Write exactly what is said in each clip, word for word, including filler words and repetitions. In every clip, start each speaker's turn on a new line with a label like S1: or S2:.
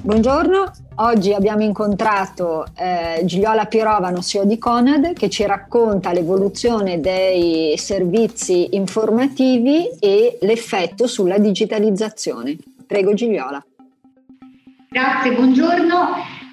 S1: Buongiorno, oggi abbiamo incontrato eh, Gigliola Pirovano, C E O di Conad, che ci racconta l'evoluzione dei servizi informativi e l'effetto sulla digitalizzazione. Prego Gigliola.
S2: Grazie, buongiorno.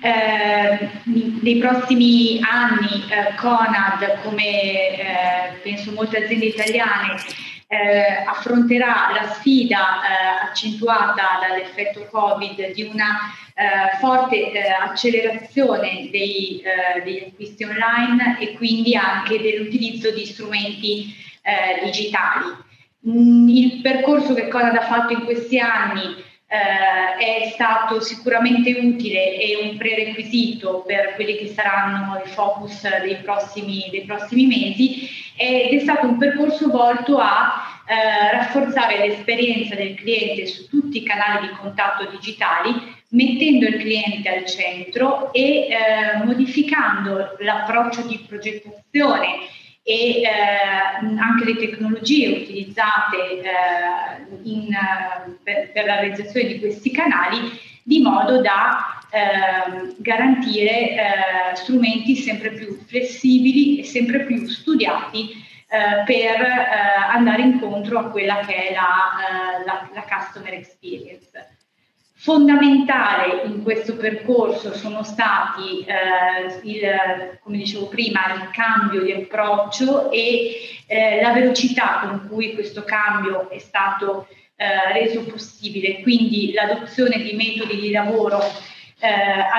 S2: Eh, nei prossimi anni eh, Conad, come eh, penso molte aziende italiane, eh, affronterà la sfida eh, accentuata dall'effetto Covid di una eh, forte eh, accelerazione dei, eh, degli acquisti online e quindi anche dell'utilizzo di strumenti eh, digitali. Mm, il percorso che Conad ha fatto in questi anni Uh, è stato sicuramente utile e un prerequisito per quelli che saranno i focus dei prossimi, dei prossimi mesi ed è stato un percorso volto a uh, rafforzare l'esperienza del cliente su tutti i canali di contatto digitali, mettendo il cliente al centro e uh, modificando l'approccio di progettazione e eh, anche le tecnologie utilizzate eh, in, per, per la realizzazione di questi canali, di modo da eh, garantire eh, strumenti sempre più flessibili e sempre più studiati eh, per eh, andare incontro a quella che è la, eh, la, la customer experience. Fondamentale in questo percorso sono stati, eh, il, come dicevo prima, il cambio di approccio e eh, la velocità con cui questo cambio è stato eh, reso possibile, quindi l'adozione di metodi di lavoro eh,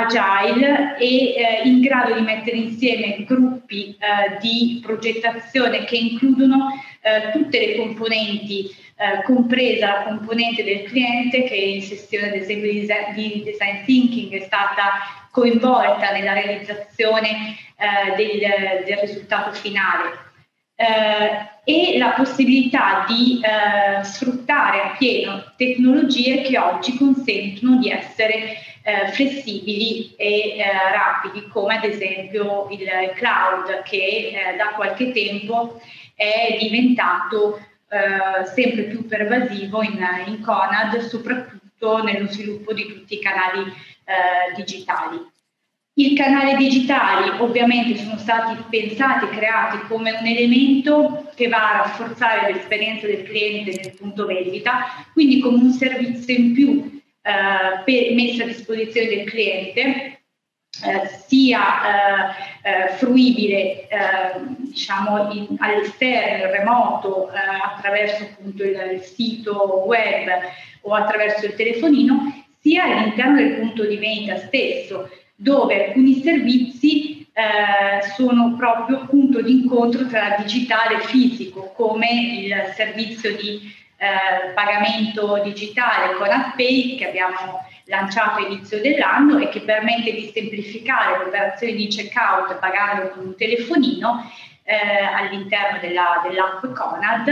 S2: agile e eh, in grado di mettere insieme gruppi eh, di progettazione che includono eh, tutte le componenti, Eh, compresa la componente del cliente che in sessione ad esempio di design, di design thinking è stata coinvolta nella realizzazione eh, del, del risultato finale eh, e la possibilità di eh, sfruttare appieno tecnologie che oggi consentono di essere eh, flessibili e eh, rapidi, come ad esempio il cloud che eh, da qualche tempo è diventato Uh, sempre più pervasivo in, in Conad, soprattutto nello sviluppo di tutti i canali uh, digitali. I canali digitali ovviamente sono stati pensati e creati come un elemento che va a rafforzare l'esperienza del cliente nel punto vendita, quindi come un servizio in più uh, per, messo a disposizione del cliente, Eh, sia eh, eh, fruibile eh, diciamo in, all'esterno, in remoto, eh, attraverso appunto il, il sito web o attraverso il telefonino, sia all'interno del punto di vendita stesso, dove alcuni servizi eh, sono proprio punto di incontro tra digitale e fisico, come il servizio di eh, pagamento digitale Conad Pay che abbiamo lanciato a inizio dell'anno e che permette di semplificare le operazioni di checkout pagando con un telefonino eh, all'interno della, dell'app Conad,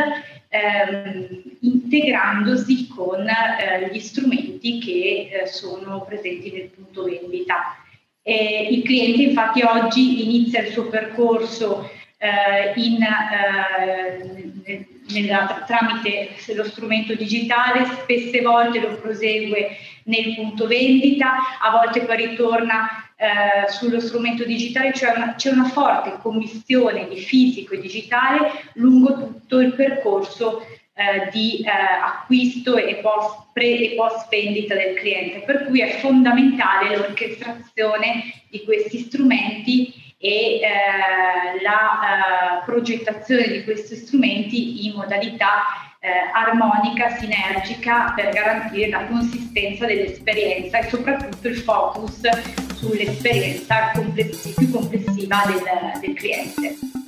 S2: ehm, integrandosi con eh, gli strumenti che eh, sono presenti nel punto vendita. E il cliente infatti oggi inizia il suo percorso eh, in, eh, nella, tramite lo strumento digitale, spesse volte lo prosegue nel punto vendita, a volte poi ritorna eh, sullo strumento digitale, cioè una, c'è una forte commistione di fisico e digitale lungo tutto il percorso eh, di eh, acquisto e post, pre e post vendita del cliente, per cui è fondamentale l'orchestrazione di questi strumenti e eh, la eh, progettazione di questi strumenti in modalità Eh, armonica, sinergica per garantire la consistenza dell'esperienza e soprattutto il focus sull'esperienza compless- più complessiva del, del cliente.